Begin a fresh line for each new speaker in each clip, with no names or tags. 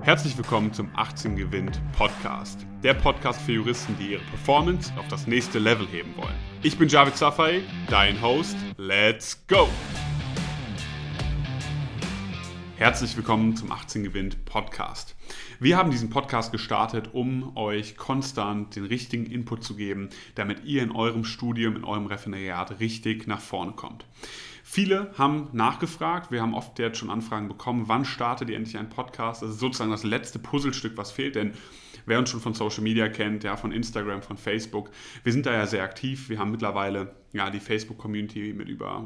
Herzlich willkommen zum 18 gewinnt Podcast. Der Podcast für Juristen, die ihre Performance auf das nächste Level heben wollen. Ich bin Javid Safai, dein Host. Let's go! Herzlich willkommen zum 18 gewinnt Podcast. Wir haben diesen Podcast gestartet, um euch konstant den richtigen Input zu geben, damit ihr in eurem Studium, in eurem Referendariat richtig nach vorne kommt. Viele haben nachgefragt, wir haben oft jetzt schon Anfragen bekommen, wann startet ihr endlich einen Podcast? Das ist sozusagen das letzte Puzzlestück, was fehlt, denn wer uns schon von Social Media kennt, ja, von Instagram, von Facebook, wir sind da ja sehr aktiv. Wir haben mittlerweile die Facebook-Community mit über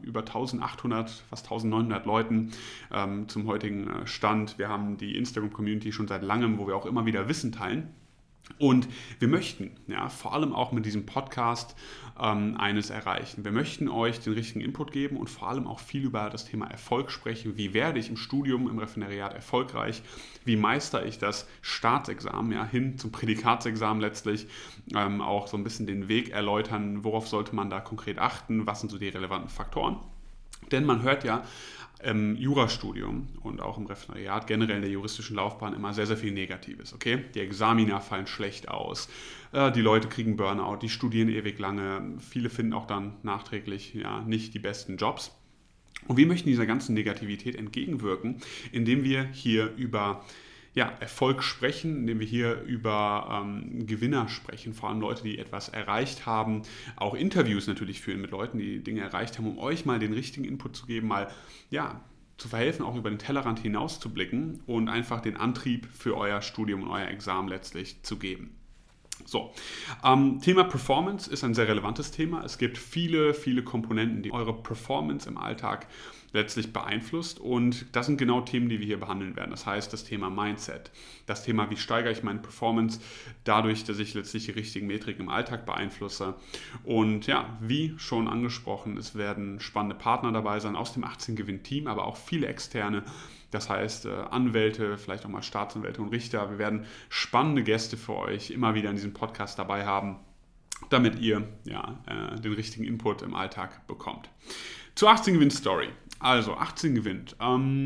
1800, fast 1900 Leuten zum heutigen Stand. Wir haben die Instagram-Community schon seit langem, wo wir auch immer wieder Wissen teilen. Und wir möchten vor allem auch mit diesem Podcast eines erreichen. Wir möchten euch den richtigen Input geben und vor allem auch viel über das Thema Erfolg sprechen. Wie werde ich im Studium, im Referendariat erfolgreich? Wie meister ich das Staatsexamen hin zum Prädikatsexamen letztlich? Auch so ein bisschen den Weg erläutern, worauf sollte man da konkret achten? Was sind so die relevanten Faktoren? Denn man hört ja im Jurastudium und auch im Referendariat, generell in der juristischen Laufbahn immer sehr, sehr viel Negatives. Okay? Die Examina fallen schlecht aus, die Leute kriegen Burnout, die studieren ewig lange, viele finden auch dann nachträglich nicht die besten Jobs. Und wir möchten dieser ganzen Negativität entgegenwirken, indem wir hier über Erfolg sprechen, indem wir hier über Gewinner sprechen, vor allem Leute, die etwas erreicht haben, auch Interviews natürlich führen mit Leuten, die Dinge erreicht haben, um euch mal den richtigen Input zu geben, mal zu verhelfen, auch über den Tellerrand hinaus zu blicken und einfach den Antrieb für euer Studium und euer Examen letztlich zu geben. So, Thema Performance ist ein sehr relevantes Thema. Es gibt viele, viele Komponenten, die eure Performance im Alltag letztlich beeinflusst, und das sind genau Themen, die wir hier behandeln werden. Das heißt, das Thema Mindset, das Thema, wie steigere ich meine Performance dadurch, dass ich letztlich die richtigen Metriken im Alltag beeinflusse, und wie schon angesprochen, es werden spannende Partner dabei sein aus dem 18 gewinnt Team, aber auch viele externe. Das heißt, Anwälte, vielleicht auch mal Staatsanwälte und Richter. Wir werden spannende Gäste für euch immer wieder in diesem Podcast dabei haben, damit ihr den richtigen Input im Alltag bekommt. Zur 18 gewinnt Story. Also 18 gewinnt.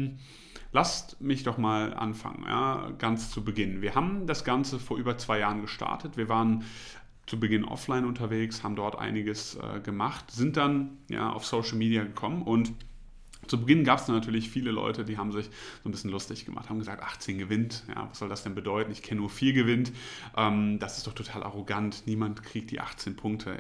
Lasst mich doch mal anfangen, ganz zu Beginn. Wir haben das Ganze vor über 2 Jahren gestartet. Wir waren zu Beginn offline unterwegs, haben dort einiges gemacht, sind dann auf Social Media gekommen, und zu Beginn gab es natürlich viele Leute, die haben sich so ein bisschen lustig gemacht, haben gesagt, 18 gewinnt, was soll das denn bedeuten? Ich kenne nur 4 gewinnt, das ist doch total arrogant, niemand kriegt die 18 Punkte,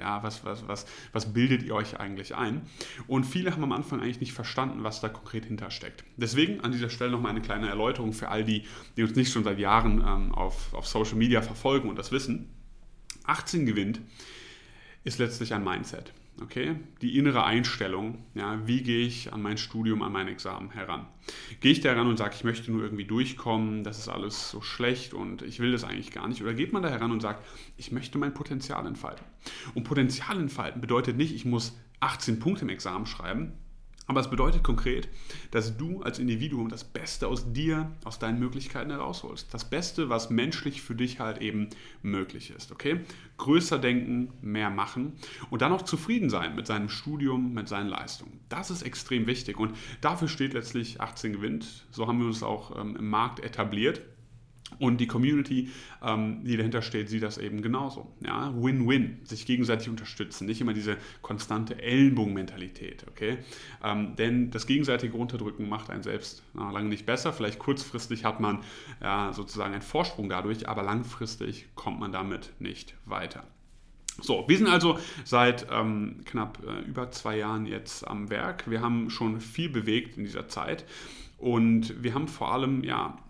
was bildet ihr euch eigentlich ein? Und viele haben am Anfang eigentlich nicht verstanden, was da konkret hintersteckt. Deswegen an dieser Stelle nochmal eine kleine Erläuterung für all die uns nicht schon seit Jahren auf Social Media verfolgen und das wissen. 18 gewinnt ist letztlich ein Mindset. Okay, die innere Einstellung, wie gehe ich an mein Studium, an mein Examen heran? Gehe ich da heran und sage, ich möchte nur irgendwie durchkommen, das ist alles so schlecht und ich will das eigentlich gar nicht? Oder geht man da heran und sagt, ich möchte mein Potenzial entfalten? Und Potenzial entfalten bedeutet nicht, ich muss 18 Punkte im Examen schreiben, aber es bedeutet konkret, dass du als Individuum das Beste aus dir, aus deinen Möglichkeiten herausholst. Das Beste, was menschlich für dich halt eben möglich ist. Okay? Größer denken, mehr machen und dann auch zufrieden sein mit seinem Studium, mit seinen Leistungen. Das ist extrem wichtig und dafür steht letztlich 18 gewinnt. So haben wir uns auch im Markt etabliert. Und die Community, die dahinter steht, sieht das eben genauso. Win-win, sich gegenseitig unterstützen, nicht immer diese konstante Ellenbogenmentalität. Okay? Denn das gegenseitige Unterdrücken macht einen selbst lange nicht besser. Vielleicht kurzfristig hat man sozusagen einen Vorsprung dadurch, aber langfristig kommt man damit nicht weiter. So, wir sind also seit knapp über 2 Jahren jetzt am Werk. Wir haben schon viel bewegt in dieser Zeit und wir haben vor allem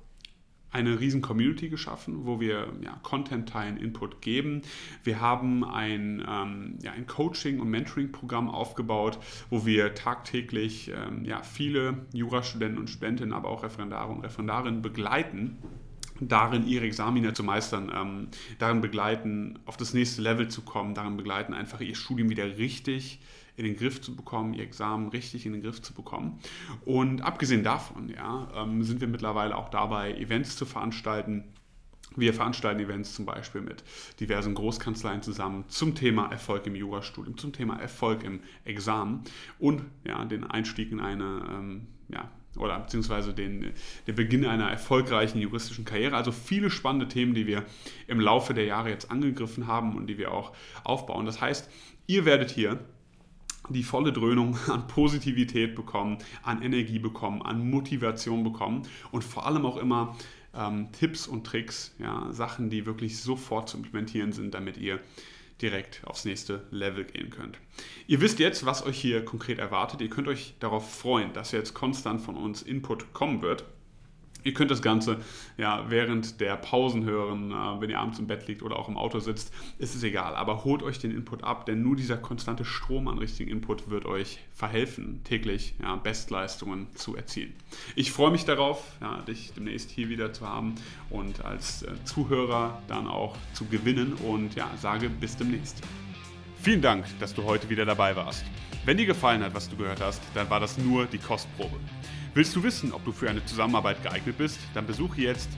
eine riesen Community geschaffen, wo wir Content teilen, Input geben. Wir haben ein Coaching- und Mentoring-Programm aufgebaut, wo wir tagtäglich viele Jurastudenten und Studentinnen, aber auch Referendare und Referendarinnen begleiten, darin ihre Examina zu meistern, darin begleiten, auf das nächste Level zu kommen, darin begleiten, einfach ihr Studium wieder richtig in den Griff zu bekommen, ihr Examen richtig in den Griff zu bekommen. Und abgesehen davon sind wir mittlerweile auch dabei, Events zu veranstalten. Wir veranstalten Events zum Beispiel mit diversen Großkanzleien zusammen zum Thema Erfolg im Jurastudium, zum Thema Erfolg im Examen und den Einstieg in eine oder beziehungsweise den Beginn einer erfolgreichen juristischen Karriere. Also viele spannende Themen, die wir im Laufe der Jahre jetzt angegriffen haben und die wir auch aufbauen. Das heißt, ihr werdet hier die volle Dröhnung an Positivität bekommen, an Energie bekommen, an Motivation bekommen und vor allem auch immer Tipps und Tricks, ja, Sachen, die wirklich sofort zu implementieren sind, damit ihr direkt aufs nächste Level gehen könnt. Ihr wisst jetzt, was euch hier konkret erwartet. Ihr könnt euch darauf freuen, dass jetzt konstant von uns Input kommen wird. Ihr könnt das Ganze während der Pausen hören, wenn ihr abends im Bett liegt oder auch im Auto sitzt. Ist es egal, aber holt euch den Input ab, denn nur dieser konstante Strom an richtigen Input wird euch verhelfen, täglich Bestleistungen zu erzielen. Ich freue mich darauf, dich demnächst hier wieder zu haben und als Zuhörer dann auch zu gewinnen und sage bis demnächst. Vielen Dank, dass du heute wieder dabei warst. Wenn dir gefallen hat, was du gehört hast, dann war das nur die Kostprobe. Willst du wissen, ob du für eine Zusammenarbeit geeignet bist? Dann besuche jetzt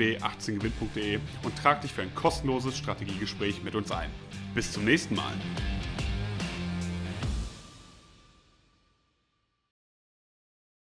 www.18gewinnt.de und trag dich für ein kostenloses Strategiegespräch mit uns ein. Bis zum nächsten Mal.